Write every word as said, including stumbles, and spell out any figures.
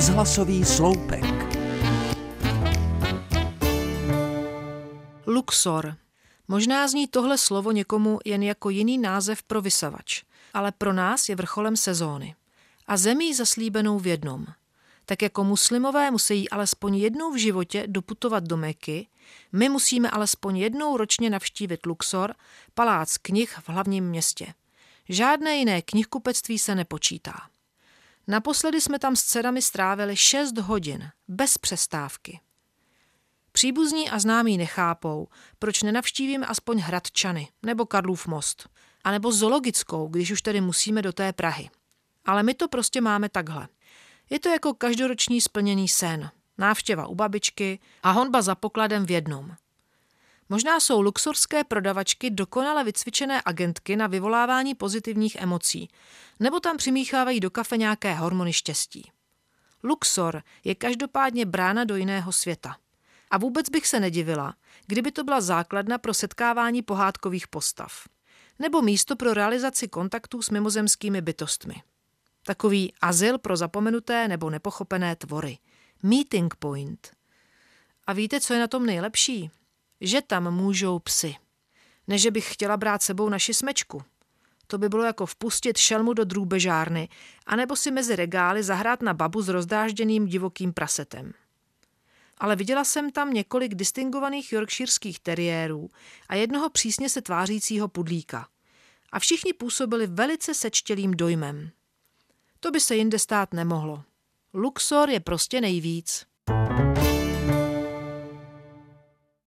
Rozhlasový sloupek. Luxor. Možná zní tohle slovo někomu jen jako jiný název pro vysavač, ale pro nás je vrcholem sezóny. A zemí zaslíbenou v jednom. Tak jako muslimové musí alespoň jednou v životě doputovat do Meky, my musíme alespoň jednou ročně navštívit Luxor, palác knih v hlavním městě. Žádné jiné knihkupectví se nepočítá. Naposledy jsme tam s dcerami strávili šest hodin, bez přestávky. Příbuzní a známí nechápou, proč nenavštívíme aspoň Hradčany nebo Karlův most, anebo zoologickou, když už tedy musíme do té Prahy. Ale my to prostě máme takhle. Je to jako každoroční splněný sen, návštěva u babičky a honba za pokladem v jednom. Možná jsou luxorské prodavačky dokonale vycvičené agentky na vyvolávání pozitivních emocí, nebo tam přimíchávají do kafe nějaké hormony štěstí. Luxor je každopádně brána do jiného světa. A vůbec bych se nedivila, kdyby to byla základna pro setkávání pohádkových postav. Nebo místo pro realizaci kontaktů s mimozemskými bytostmi. Takový azyl pro zapomenuté nebo nepochopené tvory. Meeting point. A víte, co je na tom nejlepší? Že tam můžou psi. Ne, že bych chtěla brát sebou naši smečku. To by bylo jako vpustit šelmu do drůbežárny, anebo si mezi regály zahrát na babu s rozdrážděným divokým prasetem. Ale viděla jsem tam několik distingovaných yorkshireských teriérů a jednoho přísně se tvářícího pudlíka. A všichni působili velice sečtělým dojmem. To by se jinde stát nemohlo. Luxor je prostě nejvíc.